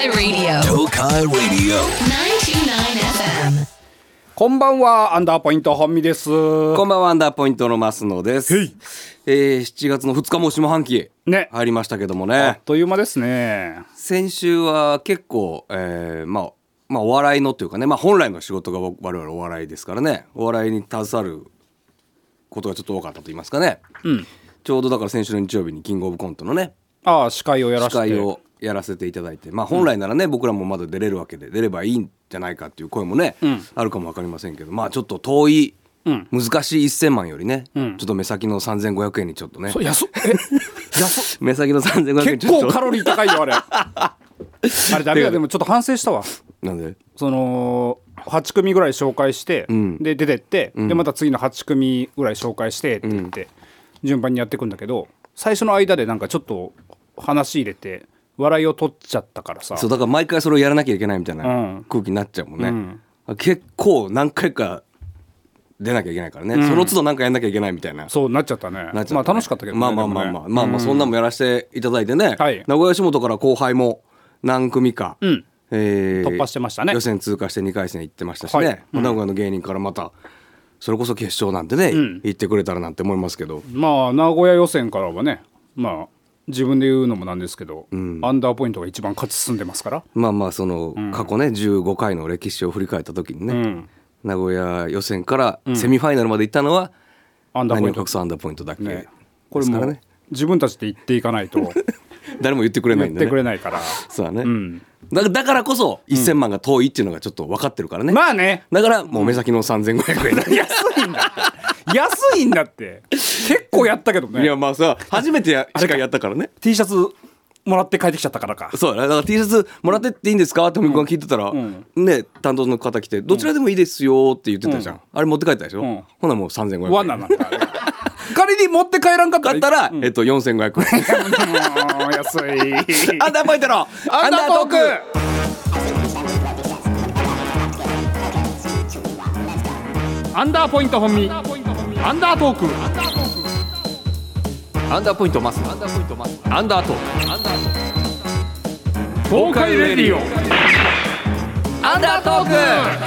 Tokai Radio 929 FM。 こんばんは、アンダーポイント本美です。 こんばんは、アンダーポイントの増野です。7月の2日も下半期入りましたけどもね。 あっという間ですね。 先週は結構、お笑いのというかね、本来の仕事が我々お笑いですからね、お笑いに携わることがちょっと多かったと言いますかね、ちょうどだから先週の日曜日にキングオブコントのね司会をやらせていただいて、本来ならね、僕らもまだ出れるわけで出ればいいんじゃないかっていう声もね、あるかも分かりませんけど、ちょっと遠い、難しい1000万よりね、ちょっと目先の3500円にちょっとね、 安っ目先の3500円結構カロリー高いよあれあれダメだ。でもちょっと反省したわ。 なんでその8組ぐらい紹介して、で出てって、でまた次の8組ぐらい紹介してって言って、順番にやっていくんだけど、最初の間でなんかちょっと話入れて笑いを取っちゃったからさ。 そうだから毎回それをやらなきゃいけないみたいな空気になっちゃうもんね、結構何回か出なきゃいけないからね、その都度何かやんなきゃいけないみたいな、 そうなっちゃったね。楽しかったけどね。 そんなもやらせていただいてね、名古屋吉本から後輩も何組か、 突破してましたね。 予選通過して2回戦行ってましたしね、名古屋の芸人からまたそれこそ決勝なんてね、行ってくれたらなんて思いますけど、 名古屋予選からはね、自分で言うのもなんですけど、アンダーポイントが一番勝ち進んでますから。 その過去ね、15回の歴史を振り返った時にね、名古屋予選からセミファイナルまで行ったのは、何を隠そうアンダーポイントだけですからね。 これも自分たちで言っていかないと誰も言ってくれないんでね。 言ってくれないから。 そうだね、だからこそ1000万が遠いっていうのがちょっと分かってるからね、だからもう目先の3500円、 安いんだって結構やったけどね。 いや初めてしかやったからね。 T シャツもらって帰ってきちゃったからか。 そうだから T シャツもらってっていいんですかって本君が聞いてたら、担当の方来てどちらでもいいですよって言ってたじゃん、あれ持って帰ったでしょ、ほなもう3500円ワンなんだ仮に持って帰らんかったら4500円安いアンダーポイントのアンダートーク。アンダーポイント本身アンダートーク。 アンダーポイントマスアンダートーク東海レディオアンダートーク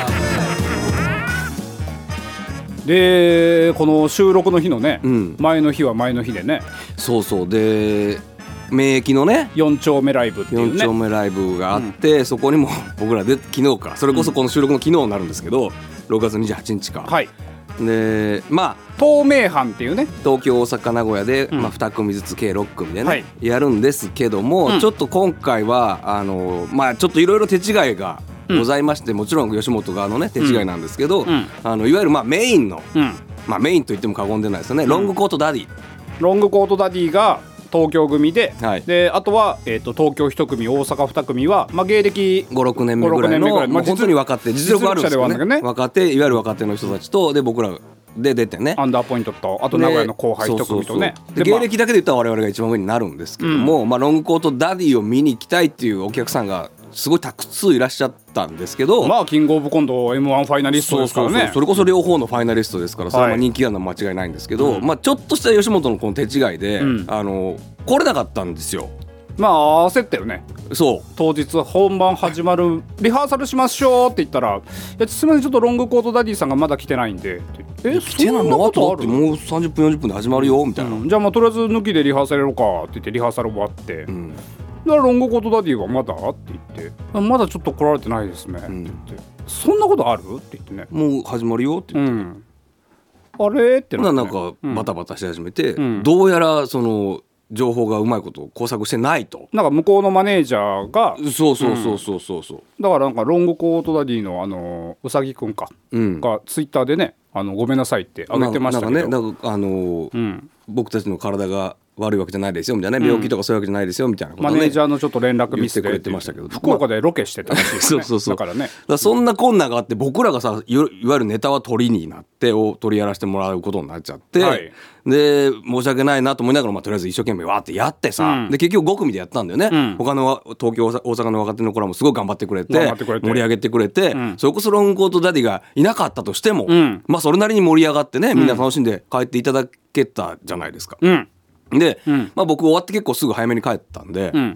で、この収録の日のね、前の日は前の日でね、 そうで免疫のね 4丁目ライブっていうね、 4丁目ライブがあって、そこにも僕らで昨日か、それこそこの収録の昨日になるんですけど、6月28日か、で東名阪っていうね、 東京大阪名古屋で、2組ずつ計6組でね、やるんですけども、ちょっと今回はちょっといろいろ手違いがございまして、もちろん吉本側のね手違いなんですけど、いわゆるメインの、メインと言っても過言でないですよね、ロングコートダディが東京組で、であとは、東京1組大阪2組は、芸歴 5,6 年目ぐらいの本当に若手、実力あるんですよね、若手、いわゆる若手の人たちとで僕らで出てね、 アンダーポイントとあと名古屋の後輩1組とね、 で芸歴だけで言ったら我々が一番上になるんですけども、ロングコートダディを見に行きたいっていうお客さんがすごいたくさんいらっしゃったんですけど、 キングオブコント M1 ファイナリストですからね。 それこそ両方のファイナリストですから、それは人気があるのは間違いないんですけど、ちょっとした吉本のこの手違いで、来れなかったんですよ。 焦ったよね。 そう当日本番始まるリハーサルしましょうって言ったら、すみませんちょっとロングコートダディさんがまだ来てないんで、 そんなことある？もう30分40分で始まるよみたいな、 じゃあとりあえず抜きでリハーサルやろうかって言ってリハーサル終わって、だからロングコートダディはまだって言って、まだちょっと来られてないですねって言って、そんなことあるって言ってね、 もう始まるよって言って、 あれってなって、 なんかバタバタし始めて、どうやらその情報がうまいこと工作してないと、 なんか向こうのマネージャーがそうだからなんかロングコートダディのうさぎくんか、がツイッターでね、ごめんなさいって上げてましたけど、 なんか僕たちの体が悪いわけじゃないですよみたいな、病気とかそういうわけじゃないですよみたいなことね、 マネージャーのちょっと連絡ミスで言ってくれてましたけど、 福岡でロケしてたらしいですね。だからね、 そんな困難があって、僕らがさいわゆるネタは取りになって取りやらせてもらうことになっちゃって、で申し訳ないなと思いながら、とりあえず一生懸命わーってやってさ、で結局5組でやったんだよね、他の東京大阪の若手の子らもすごい頑張ってくれて盛り上げてくれて、それこそロングコートダディがいなかったとしても、それなりに盛り上がってね、みんな楽しんで帰っていただけたじゃないですか。で、僕終わって結構すぐ早めに帰ったんで、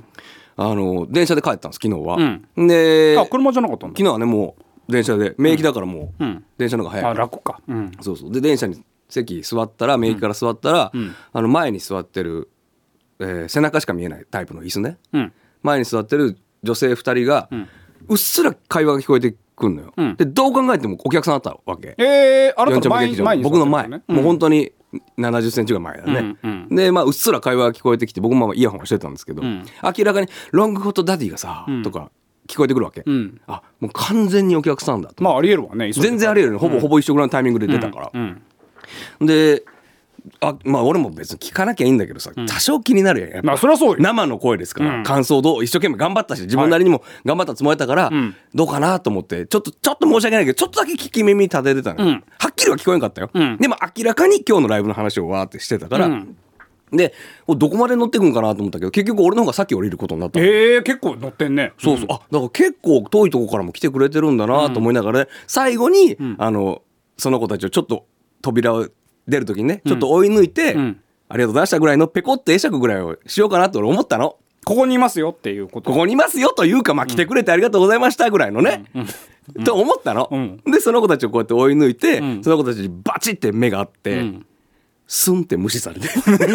電車で帰ったんです昨日は、 うん、 で車じゃなかったんだ。 昨日はねもう電車で名駅だからもう、電車の方が早い、 楽か、 そうそうで電車に席座ったら名駅から座ったら、前に座ってる、背中しか見えないタイプの椅子ね、前に座ってる女性2人が、うっすら会話が聞こえてくるのよ、でどう考えてもお客さんだったわけ。 あなたの前に座ってるのね、 僕の前、もう本当に70センチぐらい前だね、でうっすら会話が聞こえてきて僕もイヤホンしてたんですけど、明らかにロングコートダディがさ、とか聞こえてくるわけ、あもう完全にお客さんだと。 ありえるわね、 全然ありえるね、ほぼ一緒ぐらいのタイミングで出たから、で俺も別に聞かなきゃいいんだけどさ、多少気になるやんやっぱ、 そりゃそうよ、生の声ですから、感想どう一生懸命頑張ったし自分なりにも頑張ったつもりだから、どうかなと思ってちょっと申し訳ないけどちょっとだけ聞き耳立ててたの、はっきりは聞こえなかったよ、でも明らかに今日のライブの話をわーってしてたから、でどこまで乗ってくんかなと思ったけど結局俺の方が先降りることになった。 結構乗ってんね。 そうそう、だから結構遠いとこからも来てくれてるんだなと思いながら、ね、最後に、その子たちをちょっと扉を出るときにねちょっと追い抜いて、ありがとうございましたぐらいのペコって会釈ぐらいをしようかなと俺思ったの。 ここにいますよっていうこと。 ここにいますよというか、来てくれてありがとうございましたぐらいのね、と思ったの、でその子たちをこうやって追い抜いて、その子たちにバチって目があって、スンって無視されて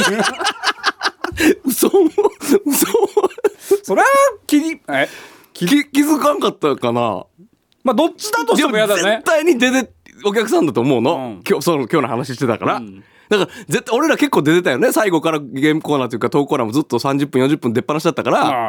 嘘それは気づかんかったかな。 どっちだとしても嫌だね。 絶対に出てお客さんだと思うの、今日の話してたから、だから絶対俺ら結構出てたよね。最後からゲームコーナーというかトークコーナーもずっと30分40分出っ放しだったから、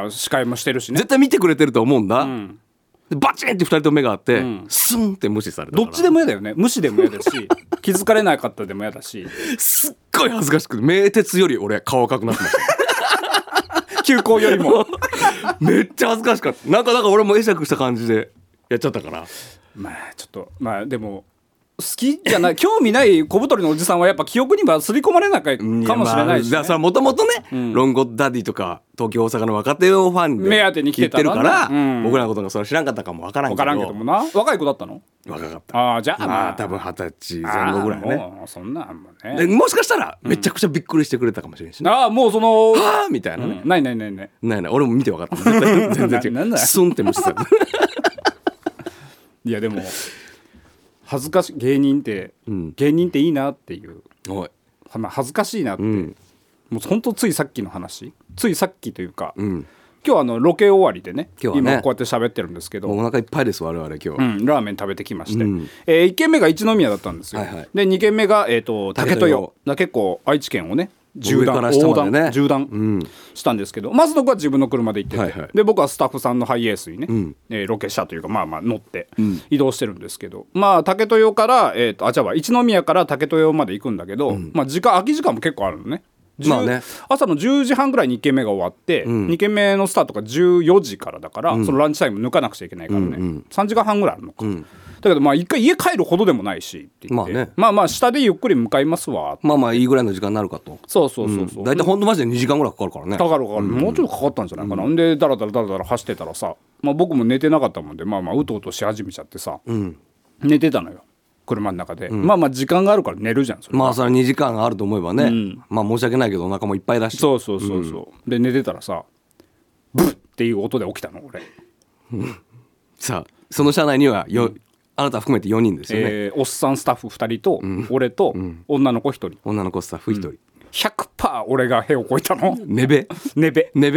司会もしてるしね、 絶対見てくれてると思うんだ、でバチンって2人とも目があって、スンって無視されたから。 どっちでも嫌だよね。無視でも嫌だし気づかれなかったでも嫌だしすっごい恥ずかしくて名鉄より俺顔赤くなってました急行よりもめっちゃ恥ずかしかった。なんか俺も会釈した感じでやっちゃったから、 ちょっとでも好きじゃない興味ない小太りのおじさんはやっぱ記憶には刷り込まれないかもしれないし、ね、 もともとね、ロンゴダディとか東京大阪の若手をファンで目当てに来てたるから、僕らのことがそれ知らんかったかもわからんけどもな。若い子だったの？ 若かった。 じゃあ多分20歳前後ぐらいね。 もうそんなんもね。 もしかしたらめちゃくちゃびっくりしてくれたかもしれんし、ね、 もうそのはあみたいなね、ない俺も見て分かった全然違うなんだスンって無視されたいやでも恥ずかしい芸人っていいなっていう、恥ずかしいなって、もうほんとついさっきの話、ついさっきというか、今日はロケ終わりでね、今こうやって喋ってるんですけど、 お腹いっぱいです我々今日、 ラーメン食べてきまして、1軒目が一宮だったんですよ、で2軒目が、竹豊結構愛知県をね縦断したんですけど、松野君は自分の車で行ってて、で僕はスタッフさんのハイエースにね、ロケ車というか乗って移動してるんですけど、竹豊から一宮から竹豊まで行くんだけど、空き時間も結構あるのね。朝の10時半ぐらいに1軒目が終わって、2軒目のスタートが14時からだから、そのランチタイム抜かなくちゃいけないからね、3時間半ぐらいあるのか、だけど一回家帰るほどでもないしって言って、下でゆっくり向かいますわ、 いいぐらいの時間になるかと。 そう大体ほんとマジで2時間ぐらいかかるからね。 かかるもうちょっとかかったんじゃないかな、でダラダラ走ってたらさ、僕も寝てなかったもんでうとうとし始めちゃってさ、寝てたのよ車の中で、時間があるから寝るじゃん。それそれ2時間あると思えばね、申し訳ないけどお腹もいっぱいだし、 そうで寝てたらさブッっていう音で起きたの俺さあその車内にはあなた含めて4人ですよね、 おっさんスタッフ2人と、俺と、女の子1人、 女の子スタッフ1人、 100% 俺が屁をこいたの。 ねべね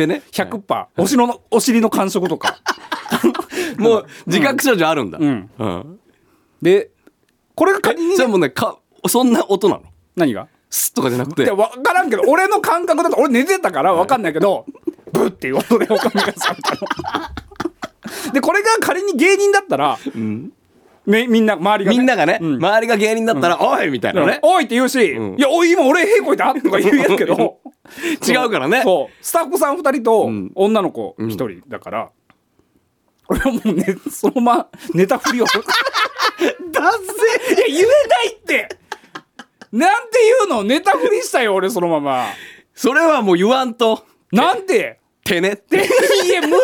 100%、お尻の感触とかもう自覚症状あるんだ、 でこれが仮に、 それもねそんな音なの？ 何が？ スッとかじゃなくて、 分からんけど俺の感覚だと、俺寝てたから分かんないけどブッっていう音でおかみがされたのでこれが仮に芸人だったら、みんな周りがね、 周りが芸人だったら、おいみたいなね、 おいって言うし、いやおい今俺屁こいたとか言うやつけど違うからね。 スタッフさん2人と女の子1人だから、俺はもうねそのまま寝たふりをだぜ言えないってなんて言うの、寝たふりしたよ俺そのまま。 それはもう言わんと、 なんててねっていや無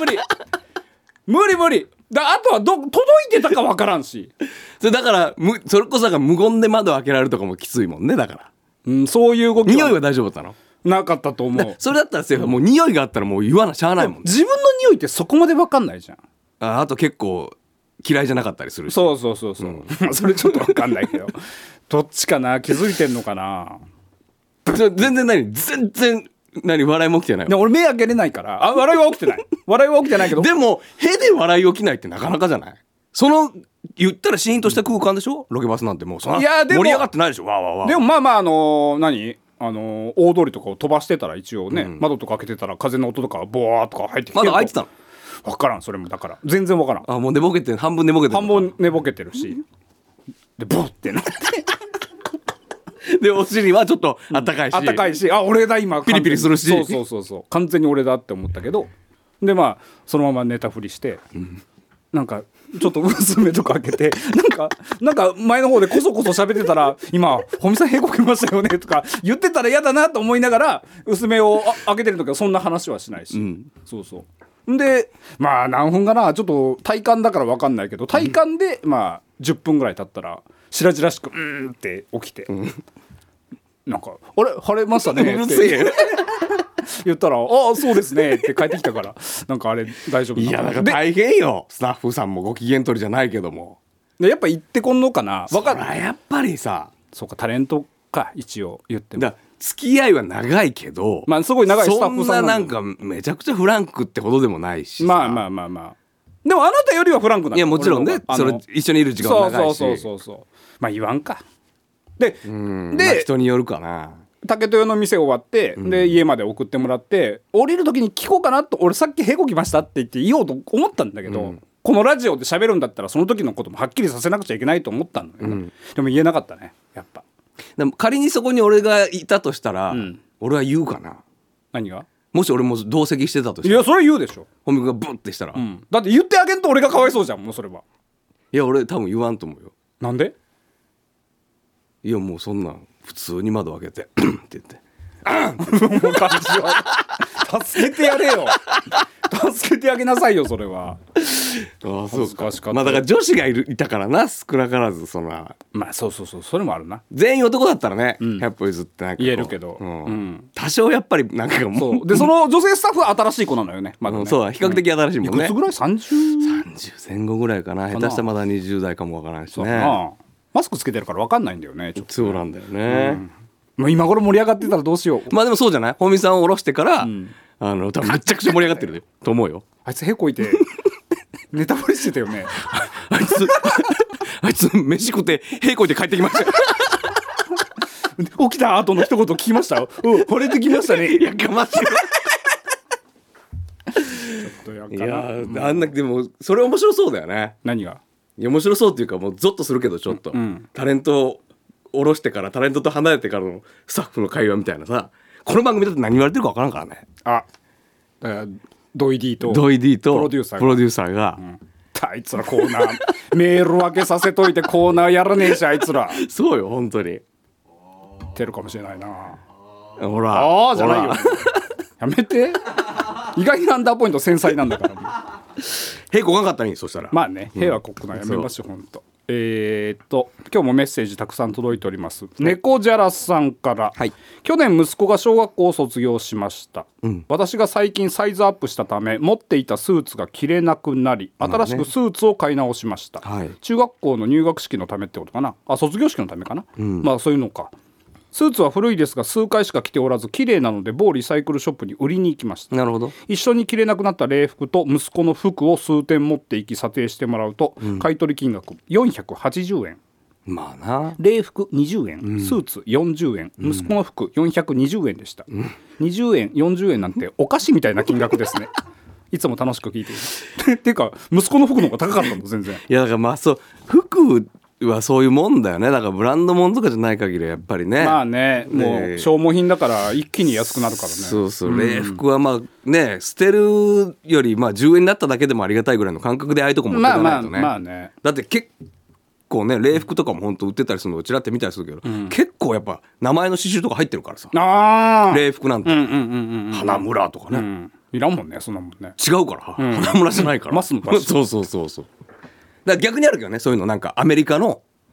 理あとは届いてたか分からんしそれだからそれこそ無言で窓開けられるとかもきついもんね。だからそういう動き匂いは大丈夫だったの？ なかったと思う。 それだったらさ、もう匂いがあったらもう言わなしゃあないもんね。 自分の匂いってそこまで分かんないじゃん。 あと結構嫌いじゃなかったりするし。 そうそうそうそう、それちょっと分かんないけどどっちかな、気づいてんのかな。 全然笑いも起きてない。 で俺目開けれないから、笑いは起きてない笑いは起きてないけど、 でもへで笑い起きないってなかなかじゃない。その言ったらシーンとした空間でしょ、ロケバスなんて。もうそんな盛り上がってないでしょ。わーわーわー。 でもまあまあ大通りとかを飛ばしてたら一応ね、窓とか開けてたら風の音とかボワーとか入ってきてると。 窓開いてたの？ 分からん、それもだから全然分からん。 もう寝ぼけてる、半分寝ぼけてる。 半分寝ぼけてるし、でボッってなってでお尻はちょっとあったかいし、 あったかいし、俺だ今ピリピリするし、 そう完全に俺だって思ったけど、でまあそのまま寝たふりして、なんかちょっと娘とか開けてなんか前の方でコソコソ喋ってたら、今本見さんへこきましたよねとか言ってたら嫌だなと思いながら娘を開けてる時はそんな話はしないし、そうそうでまあ何分かな、ちょっと体感だから分かんないけど、体感でまあ10分ぐらい経ったら白々しくって起きて、なんかあれ晴れましたねって言ったら、ああそうですねって帰ってきたから、なんかあれ大丈夫なの。 いやなんか大変よ、スタッフさんもご機嫌取りじゃないけども。 でやっぱ言ってこんのかな、 分かる。やっぱりさ、 そうかタレントか一応言っても。 だ付き合いは長いけど、 まあすごい長いスタッフさんそんななんかめちゃくちゃフランクってほどでもないしさ。 まあでもあなたよりはフランクなんだ。 いやもちろんね、それ一緒にいる時間も長いし。 そうまあ言わんか。でまあ、人によるかな。 竹豊の店終わって、で家まで送ってもらって、降りる時に聞こうかなと、俺さっきへこきましたって言おうと思ったんだけど、このラジオで喋るんだったらその時のこともはっきりさせなくちゃいけないと思ったんだよね、でも言えなかったねやっぱ。 でも仮にそこに俺がいたとしたら、俺は言うかな。 何が？ もし俺も同席してたとしたら。 いやそれ言うでしょ、 本見がブンってしたら、 だって言ってあげんと俺がかわいそうじゃん。もうそれは。 いや俺多分言わんと思うよ。 なんで？ いやもうそんなん普通に窓開けてって言ってもう感じは助けてやれよ助けてあげなさいよそれは。 そうか。 しかった。 まあだから女子がいたからな、少なからずそんな。 まあそうそれもあるな。 全員男だったらね、100歩譲ってなんか言えるけど、 多少やっぱりなんかもうそうでその女性スタッフは新しい子なのよね、まだね。 そうだ、比較的新しいもんね。 いくつぐらい？30 前後ぐらいかな。下手したらまだ20代かもわからないしね。 マスクつけてるから分かんないんだよねちょっと。 そうなんだよね、 もう今頃盛り上がってたらどうしよう。 まあでもそうじゃない、本見さんを下ろしてから、多分めちゃくちゃ盛り上がってると思うよ。 あいつへこいてネタバレしてたよねあいつ飯食ってへこいて帰ってきました起きた後の一言聞きましたよ。惚れてきましたね。 やかましいちょっとやいやあんなでもそれ面白そうだよね。 何が？ いや面白そうっていうか、もうゾッとするけどちょっと、タレントを下ろしてからタレントと離れてからのスタッフの会話みたいなさ、この番組だって何言われてるか分からんからね。 だからドイ D とプロデューサーが、 あいつらコーナーメール分けさせといてコーナーやらねえしあいつら。 そうよ本当に。 てるかもしれないな。 ほらじゃないよやめて。意外にアンダーポイント繊細なんだからもう。 へこがなかったね。そしたらまあね、平和国内やめましょう、ほんと。今日もメッセージたくさん届いております。猫じゃらさんから、去年息子が小学校を卒業しました、私が最近サイズアップしたため持っていたスーツが着れなくなり、新しくスーツを買い直しました、中学校の入学式のためってことかな、卒業式のためかな、まあそういうのか。スーツは古いですが数回しか着ておらず綺麗なので某リサイクルショップに売りに行きました。 なるほど。 一緒に着れなくなった礼服と息子の服を数点持って行き査定してもらうと、買取金額480円。 まあな。 礼服20円、スーツ40円、息子の服420円でした、20円40円なんてお菓子みたいな金額ですねいつも楽しく聞いていますっていうか息子の服の方が高かったの全然。 いやだからまあそう服はそういうもんだよね。だからブランドもんとかじゃない限りやっぱりね。 まあね、もう消耗品だから一気に安くなるからね。 そう礼服はまあね、捨てるよりまあ10円になっただけでもありがたいぐらいの感覚でああいうとこ持っていかないとね。 まあね。 だって結構ね礼服とかも本当売ってたりするのをちらって見たりするけど、結構やっぱ名前の刺繍とか入ってるからさ。礼服なんて花村とかね、 いらんもんねそんなもんね。 違うから、花村じゃないから。 マスのパッション。 そうだから逆にあるけどね、そういうのなんかアメリカの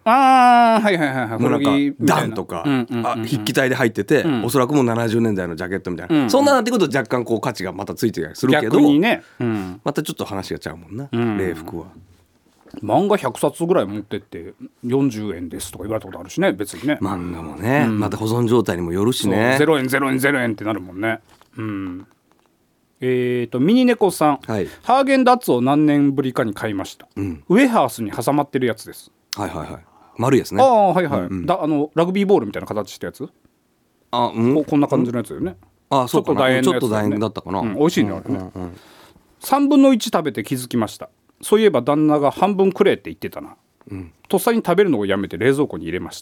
ああはいはいはいはい。 もうなんか古着みたいなダンとか、筆記体で入ってて、おそらくもう70年代のジャケットみたいな、そんななってくると若干こう価値がまたついてたりするけど、 逆にね、 またちょっと話がちゃうもんな、礼服は。 漫画100冊ぐらい持ってって40円ですとか言われたことあるしね、別にね。 漫画もね、また保存状態にもよるしね。 0円0円0円ってなるもんね。ミニネコさん、 はい、 ハーゲンダッツを何年ぶりかに買いました、ウエハースに挟まってるやつです。 はいはいはい、丸いやつね。 ああはいはい、ラグビーボールみたいな形したやつ。こんな感じのやつよね。 そうかな、ちょっと楕円だったかな。 美味しいねあれね。3分の1食べて気づきました。そういえば旦那が半分くれって言ってたな、とっさに食べるのをやめて冷蔵庫に入れました。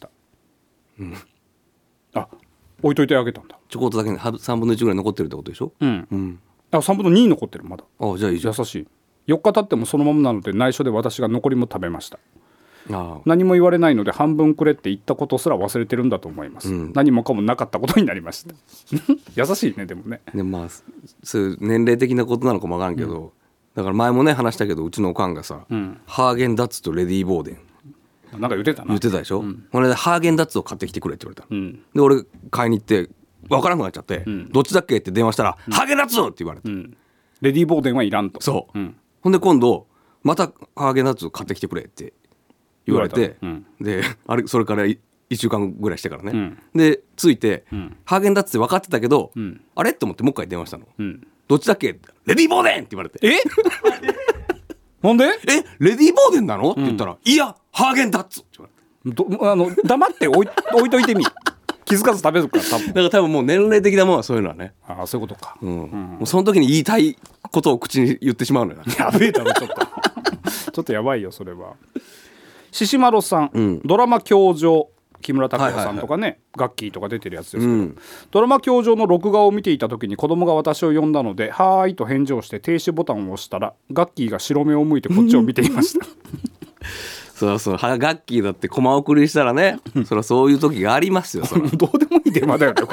置いといてあげたんだ。 ちょこっとだけ、ね、3分の1ぐらい残ってるってことでしょ。 3分の2残ってるまだ。 じゃあいいじゃん。 優しい。4日経ってもそのままなので内緒で私が残りも食べました。何も言われないので半分くれって言ったことすら忘れてるんだと思います、何もかもなかったことになりました優しいね。でもね、 そういう年齢的なことなのかもわからんけど、だから前もね話したけど、うちのおかんがさ、ハーゲンダッツとレディーボーデンなんか言ってたでしょ、これでハーゲンダッツを買ってきてくれって言われた、で俺買いに行って分からなくなっちゃって、どっちだっけって電話したら、ハーゲンダッツって言われて、 レディーボーデンはいらんと。 そう、ほんで今度またハーゲンダッツを買ってきてくれって言われて、でそれから1週間ぐらいしてからね、で着いて、ハーゲンダッツって分かってたけど、あれって思ってもう一回電話したの、どっちだっけレディーボーデンって言われて、 なんでレディーボーデンなのって言ったら、いやハーゲンダッツって言われて、 黙って置いといてみ気づかず食べるから多分。 だから多分もう年齢的なものはそういうのはね。 そういうことか。 もうその時に言いたいことを口に言ってしまうのよ。 やべえだろちょっとちょっとやばいよそれは。ししまろさん、ドラマ教場木村拓哉さんとかね、ガッキーとか出てるやつですけど、ドラマ教場の録画を見ていた時に子供が私を呼んだので、はーいと返事をして停止ボタンを押したら、ガッキーが白目を向いてこっちを見ていましたそうそう、ガッキーだってコマ送りしたらねそりゃそういう時がありますよ。そどうでもいい電話だよねこれ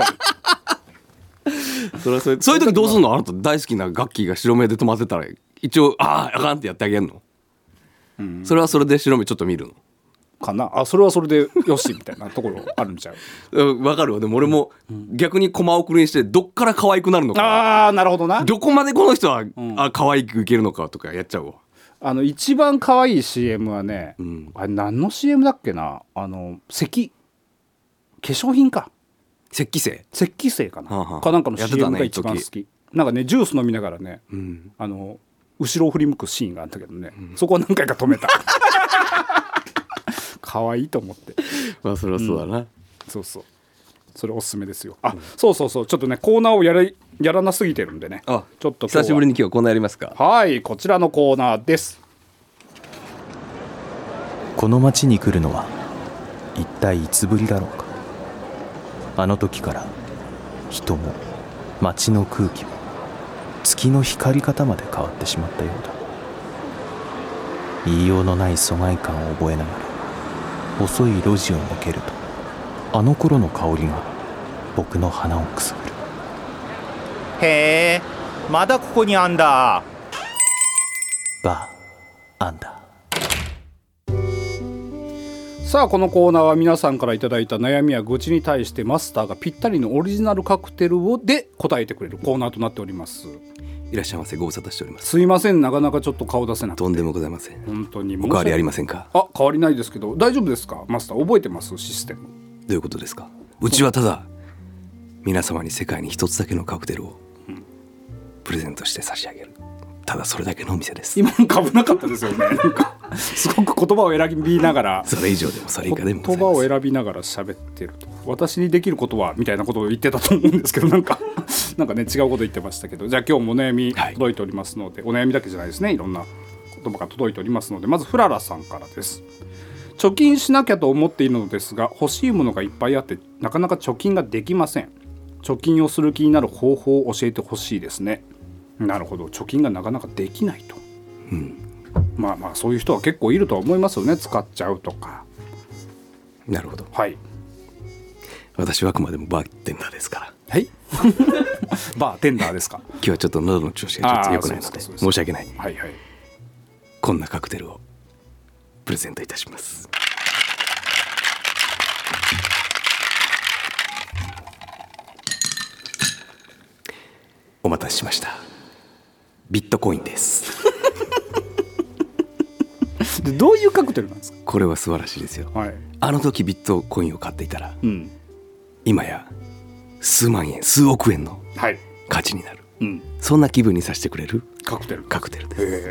そういう時どうすんの？あなた大好きなガッキーが白目で止まってたら一応あかんってやってあげるの、それはそれで白目ちょっと見るのかな。それはそれでよしみたいなところあるんちゃうわかるわ。でも俺も逆にコマ送りにしてどっから可愛くなるのか、 なるほどな、 どこまでこの人は可愛くいけるのかとかやっちゃうわ。 一番可愛い CM はね、あれ何の CM だっけな、化粧品か、石器製かな、かなんかの CM が一番好き。なんかねジュース飲みながらね、後ろを振り向くシーンがあったけどね、そこは何回か止めた可愛いと思って。 そりゃそうだな、 そうそれおすすめですよ。そうちょっとねコーナーをやらなすぎてるんでね、ちょっと久しぶりに今日コーナーやりますか。 はい、こちらのコーナーです。 この町に来るのは一体いつぶりだろうか。あの時から人も町の空気も月の光り方まで変わってしまったようだ。言いようのない疎外感を覚えながら細い路地を抜けると、あの頃の香りが僕の鼻をくすぐる。 へえ、まだここにあんだ。 バーアンダー。 さあこのコーナーは皆さんからいただいた悩みや愚痴に対してマスターがぴったりのオリジナルカクテルで答えてくれるコーナーとなっております。 いらっしゃいませ、ご無沙汰しております。 すいません、なかなかちょっと顔出せなくて。 とんでもございません。 本当にお変わりありませんか？ 変わりないですけど大丈夫ですかマスター、覚えてます？システムどういうことですか？うちはただ皆様に世界に一つだけのカクテルをプレゼントして差し上げる、ただそれだけのお店です。 今の危なかったですよねなんかすごく言葉を選びながら、 それ以上でもそれ以下でも言葉を選びながら喋ってると、私にできることはみたいなことを言ってたと思うんですけど、なんかね違うこと言ってましたけど、じゃあ今日もお悩み届いておりますので、お悩みだけじゃないですね、いろんな言葉が届いておりますので、まずフララさんからです。貯金しなきゃと思っているのですが、欲しいものがいっぱいあってなかなか貯金ができません。貯金をする気になる方法を教えてほしいですね。なるほど、貯金がなかなかできないと、まあそういう人は結構いるとは思いますよね、使っちゃうとか。 なるほど。 はい、 私はあくまでもバーテンダーですから。 はいバーテンダーですか？ 今日はちょっと喉の調子がちょっと良くないので申し訳ない。 はいはい。 こんなカクテルをプレゼントいたします。 お待たせしました。ビットコインです。 でどういうカクテルなんですか？ これは素晴らしいですよ、 はい、 あの時ビットコインを買っていたら、 うん、 今や数万円数億円の価値になる、 うん、 そんな気分にさせてくれるカクテルです。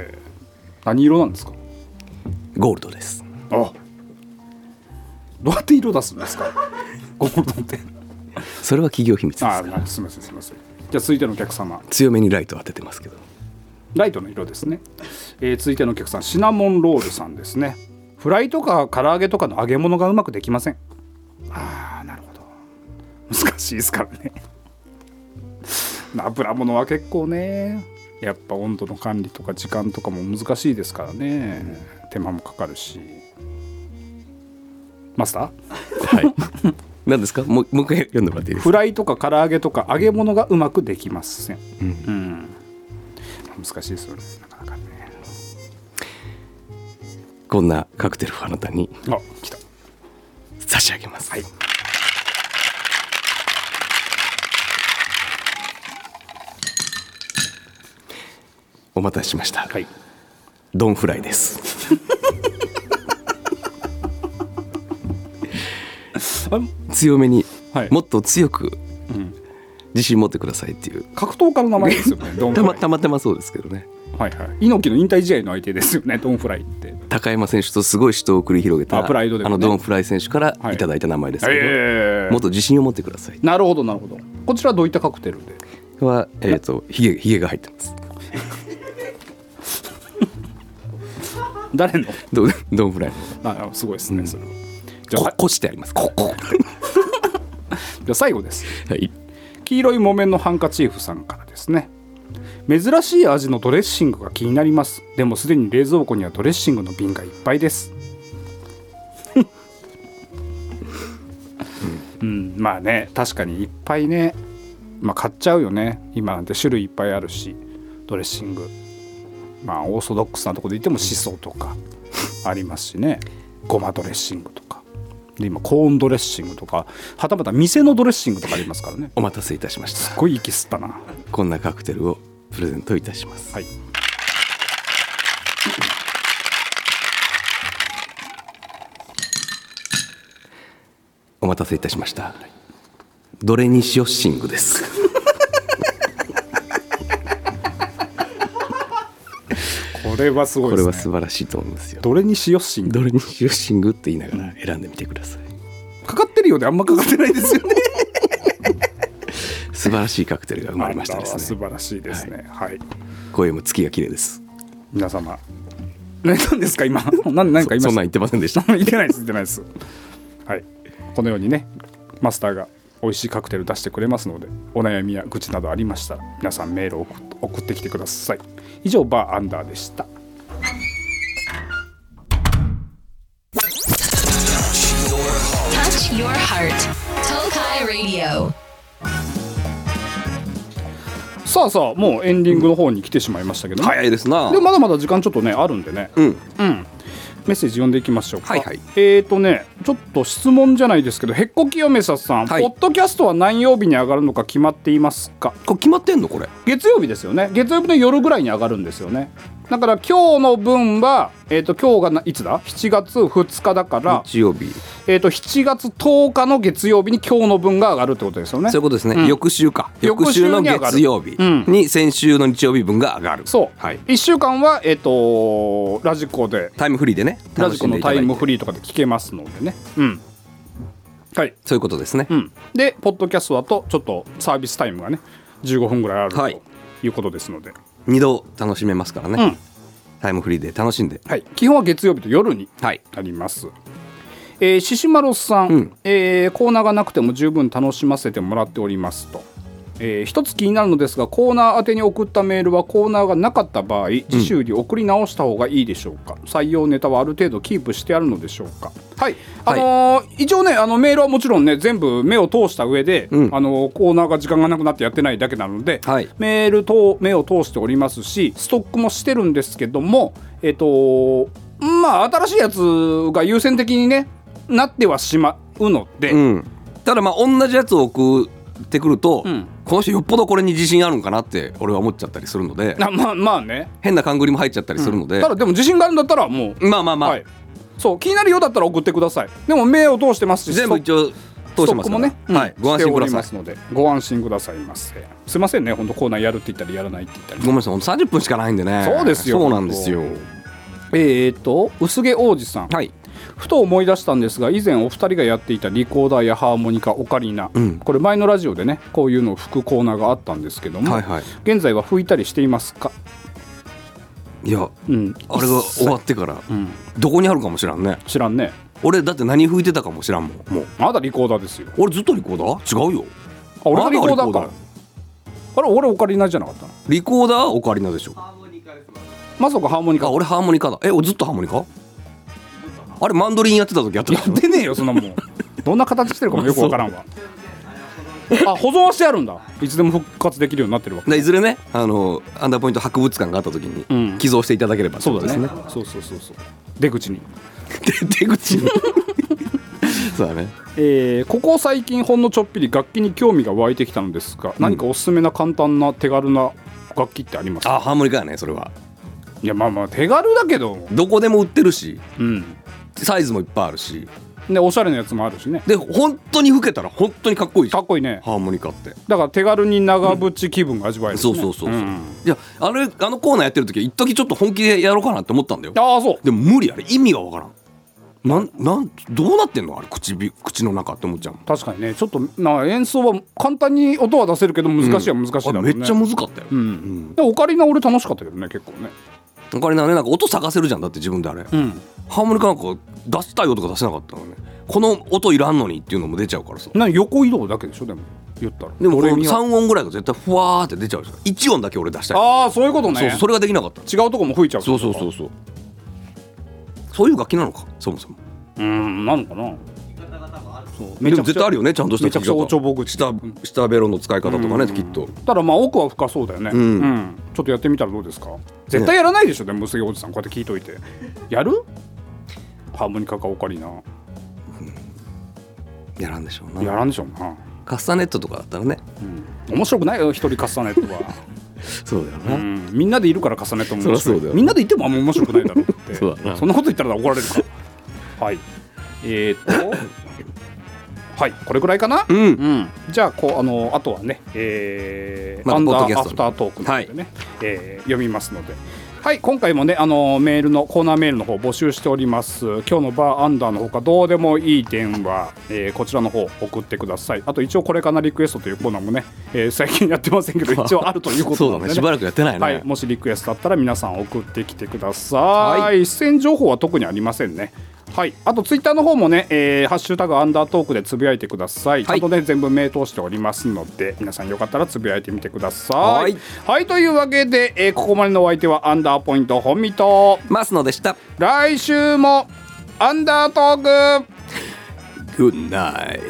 何色なんですか？ ゴールドです。 あ、どうやって色出すんですか？ゴールドってそれは企業秘密ですから。 すみません。じゃあ続いてのお客様、 強めにライトを当ててますけど、 ライトの色ですね。続いてのお客さん、シナモンロールさんですね。フライとか唐揚げとかの揚げ物がうまくできません。ああ、なるほど。難しいですからね。油物は結構ね、やっぱ温度の管理とか時間とかも難しいですからね、手間もかかるし。マスターはい何ですか？もう一回読んでもらっていいですか？ フライとか唐揚げとか揚げ物がうまくできません、難しいですよね、なかなかね。 こんなカクテルをあなたに来た差し上げます、 はい、 お待たせしました、 はい、 ドンフライです強めに、はい、もっと強く、自信持ってくださいっていう格闘家の名前ですよね。ドンフライたまたまそうですけどね。 はいはい、猪木の引退試合の相手ですよね、ドンフライって。 高山選手とすごい死闘を繰り広げたプライドでも、ね、 ドンフライ選手からいただいた名前ですけど、もっと自信を持ってください。 なるほどなるほど。こちらはどういったカクテルでは、ヒゲが入ってます。 誰の？ ドンフライの。すごいですね、それは。 じゃあこしてあります。 じゃあ最後です、 はい、 黄色い木綿のハンカチーフさんからですね。珍しい味のドレッシングが気になります。でもすでに冷蔵庫にはドレッシングの瓶がいっぱいです。まあね、確かにいっぱいね、買っちゃうよね。今なんて種類いっぱいあるし、ドレッシング、オーソドックスなところで言ってもシソとかありますしね、ごまドレッシングとかで、今コーンドレッシングとか、はたまた店のドレッシングとかありますからね。 お待たせいたしました。 すごい息吸ったな。 こんなカクテルをプレゼントいたします、 はい、 お待たせいたしました。ドレニシオッシングですこれはすごいですね。 これは素晴らしいと思いますよ。 ドレニシオッシング、 ドレニシオッシングって言いながら選んでみてください。 かかってるようであんまかかってないですよね素晴らしいカクテルが生まれましたですね。 素晴らしいですね、はい、 声も月が綺麗です。 皆様何ですか今何か言いました？ そんなん言ってませんでした言ってないです、はい、このようにね、マスターが美味しいカクテル出してくれますので、お悩みや愚痴などありましたら皆さんメールを送ってきてください。以上、バーアンダーでした。 Touch your heart. Tokai Radio. さあもうエンディングの方に来てしまいましたけど、 早いですな。 でもまだまだ時間ちょっとねあるんでね、メッセージ読んでいきましょうか。 はいはい、 ちょっと質問じゃないですけど、へっこきよめささん、ポッドキャストは何曜日に上がるのか決まっていますか？ これ決まってんの？これ月曜日ですよね。月曜日の夜ぐらいに上がるんですよね。だから今日の分は、今日がいつだ7月2日だから日曜日、 7月10日の月曜日に今日の分が上がるってことですよね。 そういうことですね、翌週の月曜日に先週の日曜日分が上がる。 そう、はい、1週間は、ラジコでタイムフリーでね、 ラジコのタイムフリーとかで聞けますのでね、はい、 そういうことですね、 でポッドキャストだとちょっとサービスタイムがね15分ぐらいあるということですので、 2度楽しめますからね、タイムフリーで楽しんで、 はい、基本は月曜日と夜になります、シシマロさん、コーナーがなくても十分楽しませてもらっておりますと、一つ気になるのですが、コーナー宛てに送ったメールはコーナーがなかった場合、次週に送り直した方がいいでしょうか？採用ネタはある程度キープしてあるのでしょうか？はい、一応ね、メールはもちろんね全部目を通した上で、コーナーが時間がなくなってやってないだけなので、メールと目を通しておりますし、ストックもしてるんですけども、新しいやつが優先的にねなってはしまうので、 ただ同じやつを送ってくると、 この人よっぽどこれに自信あるんかなって俺は思っちゃったりするので、 まあね、 変な勘繰りも入っちゃったりするので、 ただでも自信があるんだったらもうまあ、 はい、そう気になるようだったら送ってください。でも目を通してますし全部一応通してますから、 ストックもね、 はい、ご安心ください。 しておりますのでご安心くださいませ。すいませんね、本当コーナーやるって言ったりやらないって言ったり。 ごめんなさい、ほんと30分しかないんでね。 そうですよ、 そうなんですよ。 薄毛王子さん、 はい、 ふと思い出したんですが、以前お二人がやっていたリコーダーやハーモニカ、オカリナ、これ前のラジオでねこういうのを吹くコーナーがあったんですけども、 はいはい、 現在は吹いたりしていますか？ いや、あれが終わってから、どこにあるかも知らんね。 知らんね。 俺だって何吹いてたかも知らんもん。もうまだリコーダーですよ。 俺ずっとリコーダー？違うよ。 あ、俺がリコーダーか。 まだリコーダーあれ俺オカリナじゃなかったの？ リコーダーオカリナでしょ。 まさかハーモニカ？ あ、俺ハーモニカだ。俺ずっとハーモニカ？あれマンドリンやってた時やってた。 やってねえよそんなもん。どんな形してるかもよくわからんわ。あ、保存はしてあるんだ。いつでも復活できるようになってるわけ。 いずれね、アンダーポイント博物館があった時に寄贈していただければってことですね。 そう出口に出口にそうだね。 ここ最近ほんのちょっぴり楽器に興味が湧いてきたのですが、何かおすすめな簡単な手軽な楽器ってありますか？ あ、ハーモニカやね、それは。 いや、まあ手軽だけど、 どこでも売ってるし、サイズもいっぱいあるし、 でおしゃれなやつもあるしね。 で本当に吹けたら本当にかっこいいし。 かっこいいね、 ハーモニカって。 だから手軽に長渕気分が味わえる、ね。 そう、いや、あのコーナーやってる時は一時ちょっと本気でやろうかなって思ったんだよ。 ああ、そう。 でも無理、あれ意味がわからん。どうなってんのあれ、口の中って思っちゃう。 確かにね、ちょっと演奏は簡単に音は出せるけど難しいは難しいだろうね。 めっちゃ難かったよ。 でオカリナ俺楽しかったけどね、結構ね。 オカリナね、なんか音探せるじゃん、だって自分であれ、ハーモニカなんか出したい音が出せなかったのね。この音いらんのにっていうのも出ちゃうからさ。 横移動だけでしょ、でも言ったら。 でもこの3音ぐらいが絶対ふわーって出ちゃうじゃん。1音だけ俺出したい。 ああ、そういうことね。 それができなかった。 違うとこも吹いちゃう。 そうそういう楽器なのか、そもそも。 なのかな。 でも絶対あるよね、ちゃんとしためちゃくちゃおちょぼ口、 下ベロの使い方とかね、きっと。 ただ奥は深そうだよね。ちょっとやってみたらどうですか？絶対やらないでしょ、でも薄毛おじさんこうやって聞いといて。やる？ハーモニカかオカリナ。 やらんでしょうな。 やらんでしょうな。 カスタネットとかだったらね、 面白くないよ、一人カスタネットは。 そうだよな、 みんなでいるからカスタネットも面白い。 そうだよ。 みんなでいてもあんま面白くないだろうってそうだな。 そんなこと言ったら怒られるか。はいはい、これぐらいかな。じゃああとはね、アンダーアフタートークなのでね、読みますので。はい、今回もねメールのコーナーメールの方募集しております。今日のバーアンダーのほかどうでもいい電話、こちらの方送ってください。あと一応これかなリクエストというコーナーもね、最近やってませんけど一応あるということなので、ね、 そうだね、しばらくやってないね。 はい、もしリクエストあったら皆さん送ってきてください。出演情報は特にありませんね。はい、あとツイッターの方もね、ハッシュタグアンダートークでつぶやいてください。ちゃんとね、全部名通しておりますので皆さんよかったらつぶやいてみてください。はい、というわけで、ここまでのお相手はアンダーポイント本見とマスノでした。 来週もアンダートーク。 グッナイ。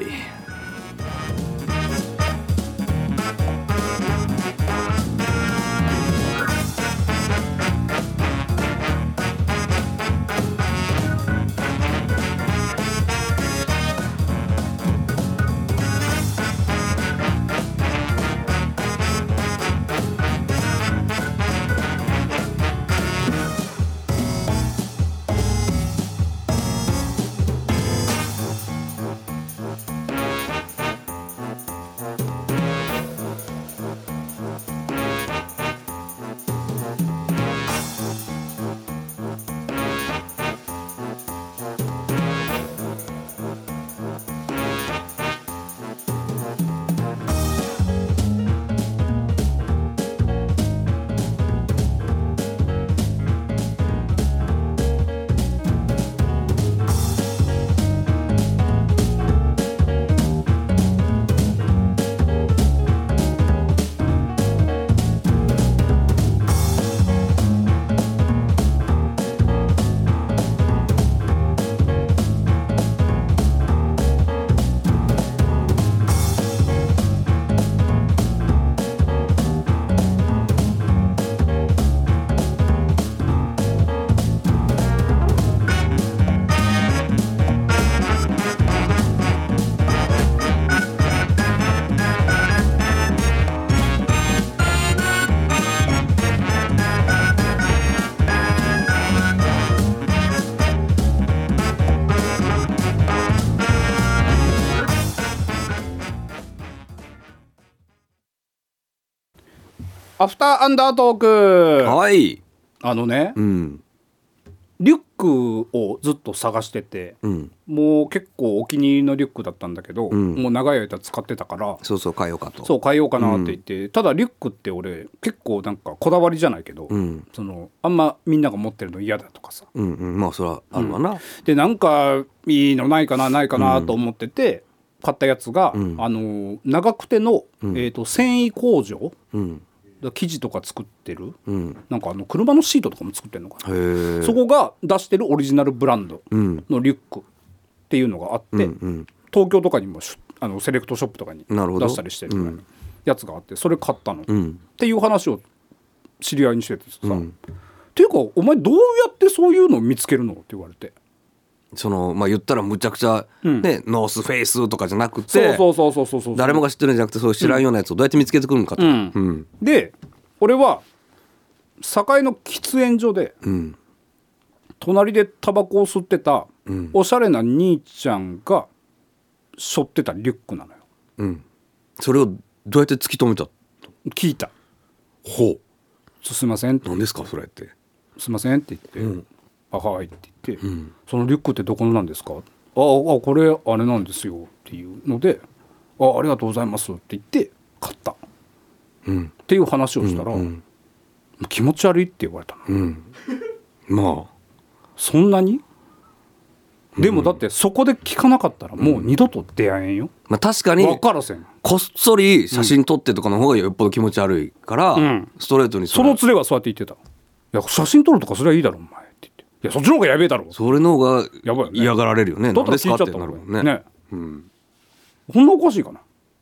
アフターアンダートーク。 はい。 あのね、 うん、 リュックをずっと探してて、 うん、 もう結構お気に入りのリュックだったんだけど、 うん、 もう長い間使ってたから、 そうそう変えようかと。 そう変えようかなって言って、ただリュックって俺結構なんかこだわりじゃないけど、そのあんまみんなが持ってるの嫌だとかさ、 まあそれはあるわな、 でなんかいいのないかなと思ってて、買ったやつが、長久手の、繊維工場、生地とか作ってる、なんか車のシートとかも作ってるのかな、そこが出してるオリジナルブランドのリュックっていうのがあって、東京とかにもセレクトショップとかに出したりしてるやつがあって、それ買ったの、っていう話を知り合いにしててさ、っていうかお前どうやってそういうのを見つけるのって言われて、 言ったらむちゃくちゃ、ね、ノースフェイスとかじゃなくて、 そう誰もが知ってるんじゃなくて、そういう知らんようなやつをどうやって見つけてくるのかと、 で俺は堺の喫煙所で、隣でタバコを吸ってた、おしゃれな兄ちゃんが背負ってたリュックなのよ、 それをどうやって突き止めた？ 聞いた。 ほう、 すいません、 何ですかそれって。 すいませんって言って、あはいって言って、そのリュックってどこのなんですか？これあれなんですよっていうので、ありがとうございますって言って買った、っていう話をしたら、気持ち悪いって言われたの、 まあそんなに？でもだってそこで聞かなかったらもう二度と出会えんよ、 確かに分からせん。 こっそり写真撮ってとかの方がよっぽど気持ち悪いから、ストレートにその連れはそうやって言ってた。いや写真撮るとかそれはいいだろお前って言って、いやそっちの方がやべえだろ、 それの方がやばいよね、 嫌がられるよね。 だったら聞いちゃったなんですかってなるもんね。 こんなおかしいかな。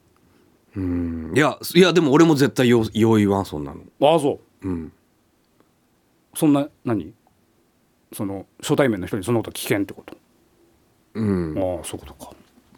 いやでも俺も絶対よう言わんそんなの。 ああそう、そんなその初対面の人にそんなこと聞けんってこと。ああそういうことか。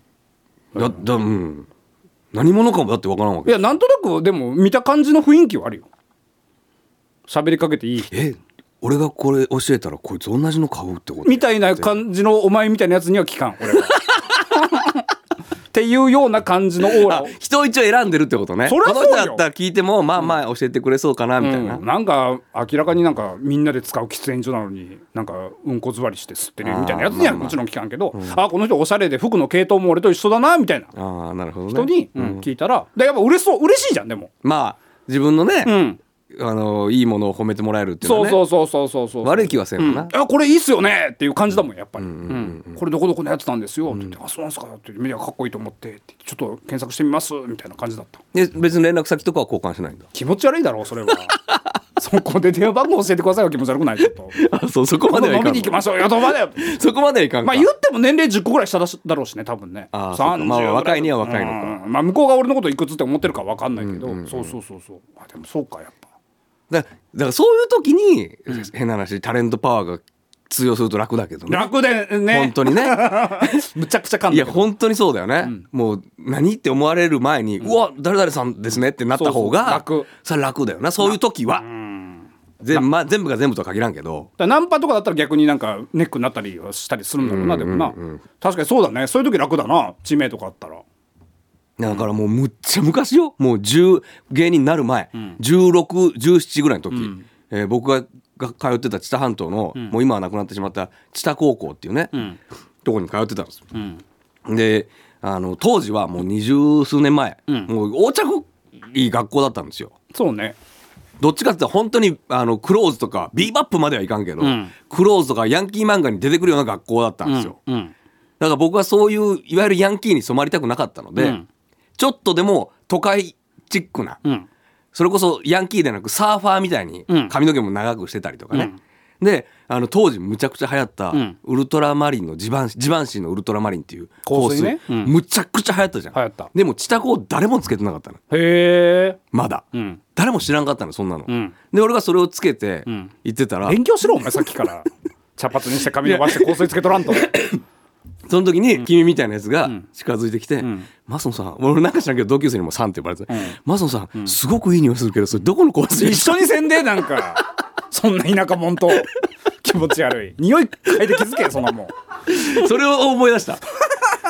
何者かもだって分からんわけ。 いやなんとなくでも見た感じの雰囲気はあるよ。喋りかけていい人、 俺がこれ教えたらこいつ同じの買うってことみたいな感じのお前みたいなやつには聞かん俺はっていうような感じのオーラを人を一応選んでるってことね。 そりゃそうよ。 この人だったら聞いてもまあ教えてくれそうかなみたいな、 なんか明らかになんかみんなで使う喫煙所なのになんかうんこ座りして吸ってるみたいなやつにはもちろん聞かんけど、この人おしゃれで服の系統も俺と一緒だなみたいな人に聞いたら、やっぱ嬉しいじゃん。でもまあ自分のね、いいものを褒めてもらえるっていうのはね、 そう悪い気はせんな、 これいいっすよねっていう感じだもんやっぱり、これどこどこのやつなんですよって言って、そうなんすかってメディアかっこいいと思ってちょっと検索してみますみたいな感じだった。 別に連絡先とかは交換しないんだ。 気持ち悪いだろそれはそこで電話番号教えてくださいは気持ち悪くないちょっとそこまではいかんの。 飲みに行きましょうよとまでそこまではいかんか。 言っても年齢10個ぐらい下だろうしね多分ね。 若いには若いのか、 向こうが俺のこといくつって思ってるか分かんないけど、そうでもそうかやっぱだからそういう時に、変な話タレントパワーが通用すると楽だけどね。 楽でね本当にねむちゃくちゃ簡単。いや本当にそうだよね、もう何って思われる前に、うわ誰々さんですねってなった方がそれ楽だよな、そういう時は。全部が全部とは限らんけど、 ナンパとかだったら逆になんかネックになったりはしたりするんだろうな。でもな、確かにそうだね、そういう時楽だな、知名とかあったら。 だからもうむっちゃ昔よ、もう芸人になる前、16、17ぐらいの時、僕が通ってた知多半島の、もう今はなくなってしまった知多高校っていうね、とこに通ってたんですよ、で当時はもう20数年前、もう横着いい学校だったんですよ。 そうね、 どっちかって言ったら本当にクローズとかビーバップまではいかんけど、クローズとかヤンキー漫画に出てくるような学校だったんですよ、だから僕はそういういわゆるヤンキーに染まりたくなかったので、ちょっとでも都会チックな、それこそヤンキーでなくサーファーみたいに髪の毛も長くしてたりとかね、で当時むちゃくちゃ流行ったウルトラマリンのジバンシーのウルトラマリンっていう香水、むちゃくちゃ流行ったじゃん。 流行った。 でも知多高誰もつけてなかったの。 へえ。 まだ、誰も知らんかったのそんなの、で俺がそれをつけて言ってたら、 勉強しろお前さっきから茶髪にして髪伸ばして香水つけとらんとその時に君みたいなやつが近づいてきて、マソンさん、俺なんか知らんけど同級生にもさんって呼ばれて、マソンさん、すごくいい匂いするけどそれどこの香水？ 一緒にせんでなんかそんな田舎者と気持ち悪い匂い嗅いで気づけそんなもんそれを思い出した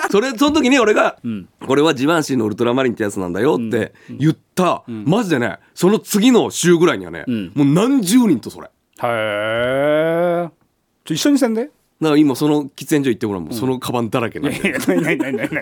その時に俺が、これはジバンシーのウルトラマリンってやつなんだよって言った、マジでねその次の週ぐらいにはね、もう何十人とそれ。 へえ。一緒にせんで。 だから今その喫煙所行ってもらうもそのカバンだらけなんで。 ない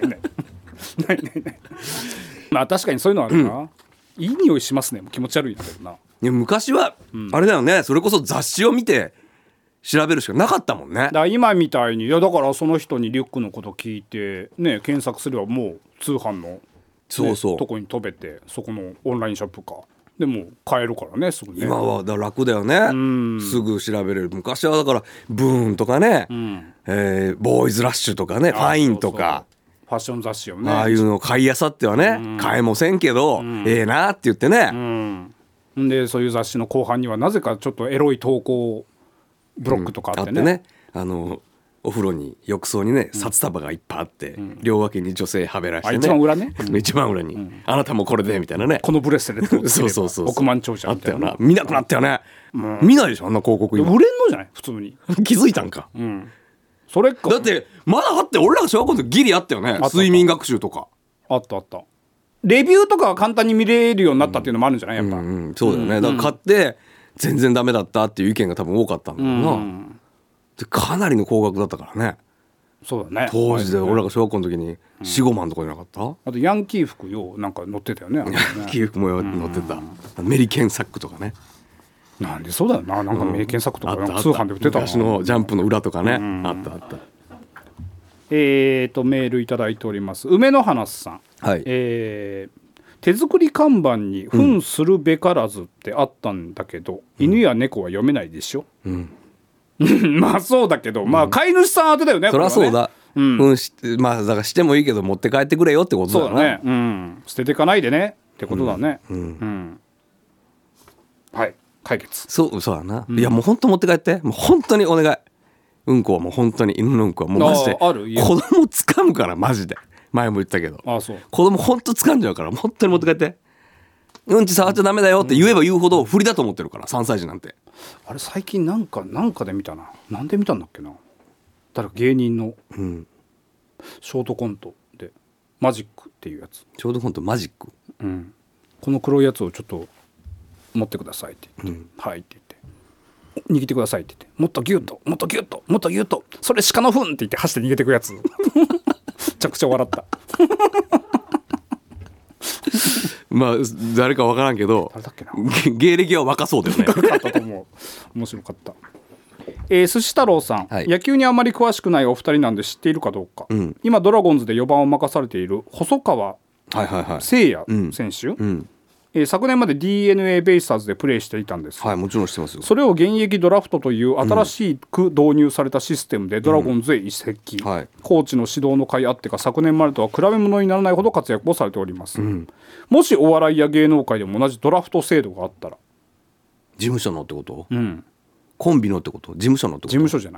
まあ確かにそういうのあるな、いい匂いしますね。もう気持ち悪いんだけどな。 いや昔はあれだよね、それこそ雑誌を見て調べるしかなかったもんね。 だから今みたいに、いやだからその人にリュックのこと聞いてね、検索すればもう通販の、ね、 そうとこに飛べて、そこのオンラインショップかでも買えるからね、すぐね。 今はだから楽だよね、すぐ調べれる。昔はだからブーンとかね、ボーイズラッシュとかね、ファインとかファッション雑誌をね、 ああいうの買いあさってはね、買えもせんけど、ええなって言ってね、 でそういう雑誌の後半にはなぜかちょっとエロい投稿ブロックとかあってね、 お風呂に浴槽にね札束がいっぱいあって、両脇に女性はべらしてね、 一番裏ね、 一番裏に、あなたもこれでみたいなね、 このブレスレットをつければそう億万長者あみいなったよな。見なくなったよね、見ないでしょあんな広告今。 売れんのじゃない普通に。 気づいたんか、 それかだってまだあって、俺らが小学校の時ギリあったよね、睡眠学習とか。 あったレビューとかは簡単に見れるようになったっていうのもあるんじゃないやっぱ、 そうだよね、だから買って全然ダメだったっていう意見が多分多かったんだろうな、でかなりの高額だったからねそうだね。 当時で。俺らが小学校の時に 4,5 万とかじゃなかった、 あとヤンキー服ようなんか載ってたよね。 キー服も載ってた、メリケンサックとかね。 なんでそうだよな、なんかメリケンサックとかなんかあった通販で売ってたわ。 昔のジャンプの裏とかね、あったあった。 メールいただいております。梅の花さん、 はい、 手作り看板に糞するべからずってあったんだけど、犬や猫は読めないでしょ、まあそうだけど、まあ飼い主さん当てだよね。 そりゃそうだ、 ね、 まあだからしてもいいけど持って帰ってくれよってことだよね。 そうだね、捨てていかないでねってことだね。はい解決。 そうだな、いやもう本当持って帰って、もう本当にお願い。うんこはもう本当に、犬のうんこはもうマジで子供掴むから、マジで。前も言ったけど、 そう子供本当掴んじゃうから、本当に持って帰って。うんち触っちゃダメだよって言えば言うほど不利だと思ってるから、3歳児なんて。 あれ最近なんかで見たな。なんで見たんだっけな、誰か芸人のショートコントでマジックっていうやつ。 ショートコントマジック、 この黒いやつをちょっと持ってくださいって言って、はいって言って、握ってくださいって言って、もっとギュッともっとギュッともっとギュッと、それ鹿の糞って言って走って逃げてくやつめちゃくちゃ笑ったまあ誰か分からんけど、 誰だっけな芸歴は若そうだよね。 若かったと思う。面白かった。寿司太郎さん、野球にあまり詳しくないお二人なんで知っているかどうか、今ドラゴンズで4番を任されている細川誠也選手、昨年まで DNA ベイスターズでプレーしていたんです。 はい、もちろん知ってますよ。 それを現役ドラフトという新しく導入されたシステムでドラゴンズへ移籍、コーチの指導の甲斐あってか昨年までとは比べ物にならないほど活躍をされております、もしお笑いや芸能界でも同じドラフト制度があったら。 事務所のってこと、コンビのってこと、事務所のってこと。 事務所じゃない、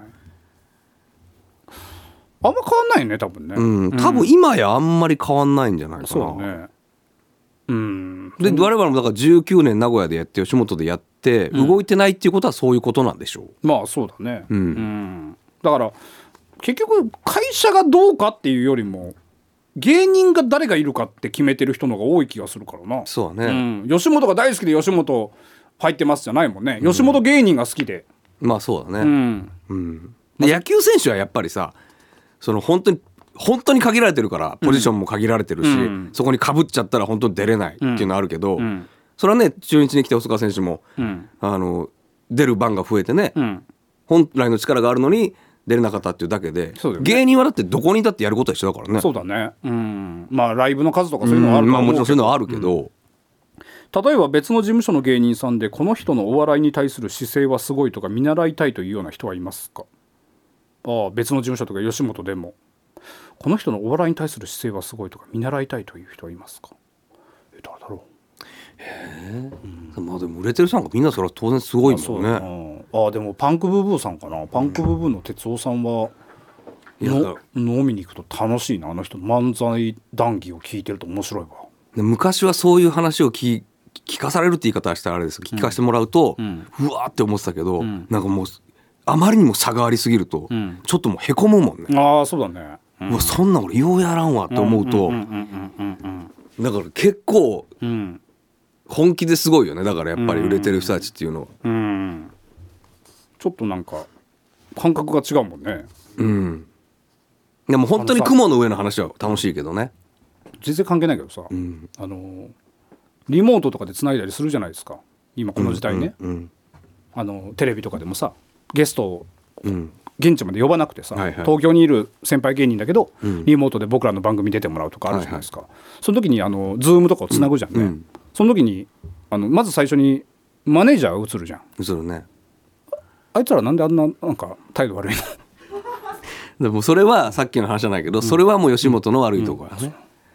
あんま変わんないよね多分ね、 多分今やあんまり変わんないんじゃないかな。 そうだね。 で我々もだから19年名古屋でやって吉本でやって動いてないっていうことはそういうことなんでしょう。 まあそうだね、だから結局会社がどうかっていうよりも芸人が誰がいるかって決めてる人の方が多い気がするからな。 そうだね、 吉本が大好きで吉本入ってますじゃないもんね、吉本芸人が好きで。 まあそうだね、で野球選手はやっぱりさ、その本当に限られてるからポジションも限られてるし、そこに被っちゃったら本当に出れないっていうのはあるけど、それはね中日に来て細川選手も、出る番が増えてね、本来の力があるのに出れなかったっていうだけで、芸人はだってどこにだってやることは一緒だからね。 そうだね、まあライブの数とかそういうのはあると思うけど、 もちろんそういうのはあるけど、 例えば別の事務所の芸人さんでこの人のお笑いに対する姿勢はすごいとか見習いたいというような人はいますか。別の事務所とか吉本でもこの人のお笑いに対する姿勢はすごいとか見習いたいという人はいますか。誰だろう。まあでも売れてる人なんかみんなそれは当然すごいもんね。 でもパンクブーブーさんかな。パンクブーブーの哲夫さんは飲みに行くと楽しいな。あの人の漫才談義を聞いてると面白いわ。 昔はそういう話を聞かされるって言い方はしたらあれですけど、聞かせてもらうと、うわーって思ってたけど、なんかもうあまりにも差がありすぎると、ちょっともうへこむもんね。 そうだね。 うわそんな俺ようやらんわって思うと、だから結構本気ですごいよね。だからやっぱり売れてる人たちっていうのは、 ちょっとなんか感覚が違うもんね。 でも本当に雲の上の話は楽しいけどね。 全然関係ないけどさ、リモートとかでつないだりするじゃないですか今この時代ね、テレビとかでもさゲストを現地まで呼ばなくてさ、東京にいる先輩芸人だけど、リモートで僕らの番組出てもらうとかあるじゃないですか、その時にズームとかをつなぐじゃんね、その時にまず最初にマネージャーが映るじゃん。 映るね。 あいつらなんであんななんか態度悪いのでもそれはさっきの話じゃないけど、それはもう吉本の悪いところやね。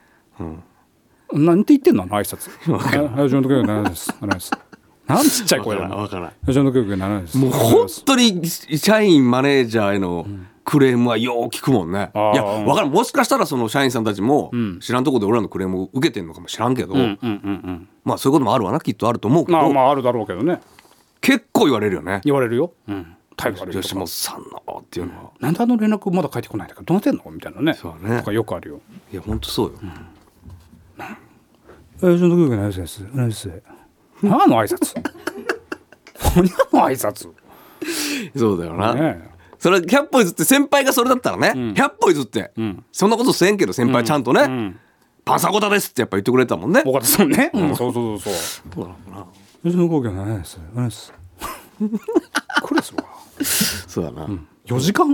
なんて言ってんの挨拶。吉本教育7です。7です。なんちっちゃい声だな。吉本教育7です。 もう本当に社員マネージャーへのクレームはよう聞くもんね。いや分からん、もしかしたらその社員さんたちも知らんとこで俺らのクレームを受けてんのかもしらんけど、まあそういうこともあるわな、きっとあると思うけど、 まああるだろうけどね。 結構言われるよね。 言われるよ。態度悪いとか。 吉本さんのっていうのは、 なんで連絡まだ返ってこないんだからどうなってんのみたいなね。 そうね。 とかよくあるよ。 いや本当そうよ。 吉本教育7です。7です。何の挨拶。何の挨拶。 そうだよな。それ100歩譲って先輩がそれだったらね、100歩譲って、そんなことせんけど先輩ちゃんとね、パンサコタですってやっぱ言ってくれたもんね。 尾形さんね。そうそうそう。吉本教育7です。7です。これですわ。 そうだな。 4時間？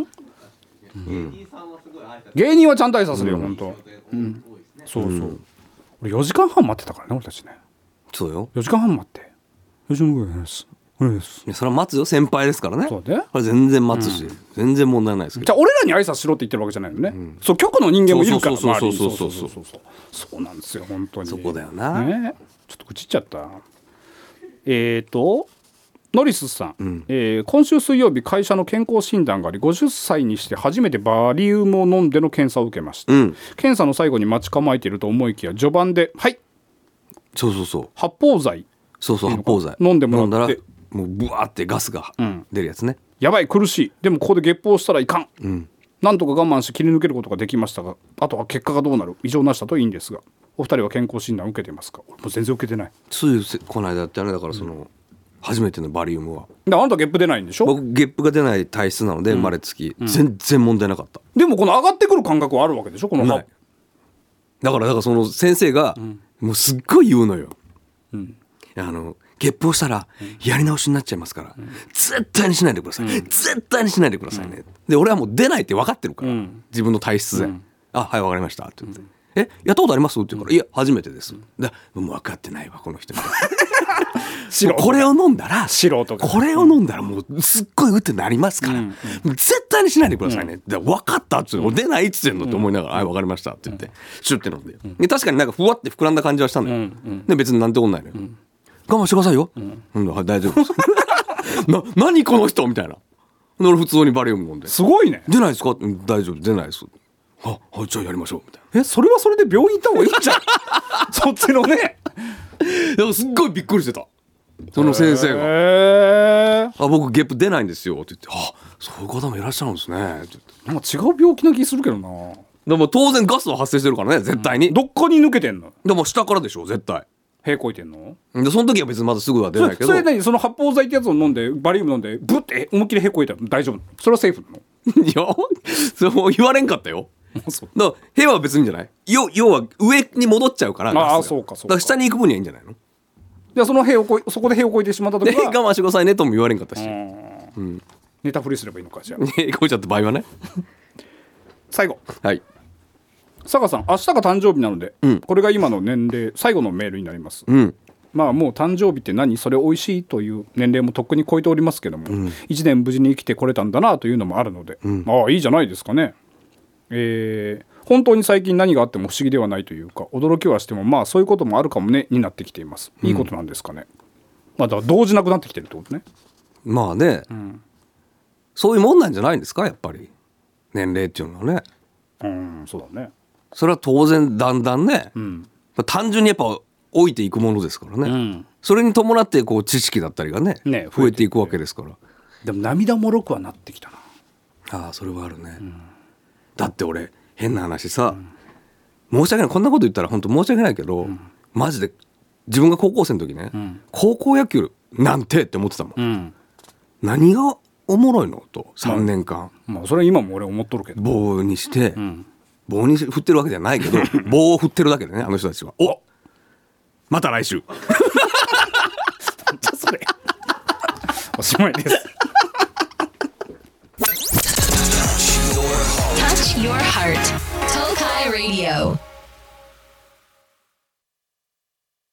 芸人はちゃんと挨拶するよ、本当。そうそう。俺4時間半待ってたからね、俺たちね。 そうよ。 4時間半待って。吉本教育7です。 いやそれは待つよ、先輩ですからね。 そうで。 これ全然待つし、全然問題ないですけど。 じゃあ俺らに挨拶しろって言ってるわけじゃないのね。そう局の人間もいるから。そうなんですよ本当に。 そこだよな。 ちょっと愚痴っちゃった。ノリスさん、今週水曜日会社の健康診断があり50歳にして初めてバリウムを飲んでの検査を受けました、検査の最後に待ち構えていると思いきや序盤ではい発泡剤飲んでもらってもうブワーってガスが出るやつね、 やばい苦しいでもここでゲップをしたらいかん、なんとか我慢して切り抜けることができましたがあとは結果がどうなる異常なしだといいんですがお二人は健康診断を受けていますか。俺もう全然受けてない。 ついこの間ってあれだからその、初めてのバリウムはあなたゲップ出ないんでしょ。 僕ゲップが出ない体質なので生まれつき、全然問題なかった。 でもこの上がってくる感覚はあるわけでしょこのない。だからその先生が、もうすっごい言うのよ、ゲップをしたらやり直しになっちゃいますから、絶対にしないでください、絶対にしないでくださいね、で俺はもう出ないって分かってるから、自分の体質で、あはい分かりましたって言って、やったことありますって言うから、いや初めてです、でもう分かってないわこの人これを飲んだらこれを飲んだらもうすっごい打ってなりますから、絶対にしないでくださいね、で分かったっつって、出ないっつってんのって思いながら、はい分かりましたって言って、シュッて飲んで、で確かになんかふわって膨らんだ感じはしたんだよ、で別になんてことないのよ、我慢してくださいよ、はい大丈夫です何この人みたいな。俺普通にバリウム飲んで、すごいね。 出ないですか、大丈夫出ないです、はいじゃあやりましょうみたいな。 それはそれで病院行った方がいいんじゃんそっちのね。 でもすっごいびっくりしてたその先生が、僕ゲップ出ないんですよって言って、そういう方もいらっしゃるんですねって言って、 なんか違う病気な気するけどな。 でも当然ガスは発生してるからね絶対に、 どっかに抜けてんの。 でも下からでしょ絶対。 屁こいてんの。 でその時は別にまだすぐは出ないけど、 それ何その発泡剤ってやつを飲んでバリウム飲んでブッて思いっきり屁こいたら大丈夫。それはセーフなの。 いやそう言われんかったよだから屁は別にいいんじゃない。要は上に戻っちゃうからガスが。 そうかだから下に行く分にはいいんじゃないの。 じゃあそのそこで屁をこいてしまった時は我慢してくださいねとも言われんかったし、 ネタフリすればいいのか。じゃあ屁こいちゃった場合はね最後、 はい佐賀さん明日が誕生日なので、これが今の年齢最後のメールになります、まあもう誕生日って何それ美味しいという年齢もとっくに超えておりますけども、1年無事に生きてこれたんだなというのもあるので、いいじゃないですかね。本当に最近何があっても不思議ではないというか驚きはしてもまあそういうこともあるかもねになってきています。いいことなんですかね。だから動じなくなってきてるってことね。 まあね、そういうもんなんじゃないんですかやっぱり年齢っていうのはね。 そうだね。 それは当然だんだんね、単純にやっぱ老いていくものですからね、それに伴ってこう知識だったりがね増えていくわけですから。 でも涙もろくはなってきたな。 それはあるね、だって俺変な話さ、申し訳ない、こんなこと言ったら本当申し訳ないけど、マジで自分が高校生の時ね、高校野球なんてって思ってたもん、何がおもろいのと3年間、 まあそれは今も俺思っとるけど、 棒にして、棒に振ってるわけじゃないけど棒を振ってるだけでね、あの人たちは。お、また来週じゃそれおしまいです。 Touch your heart. Tokai Radio.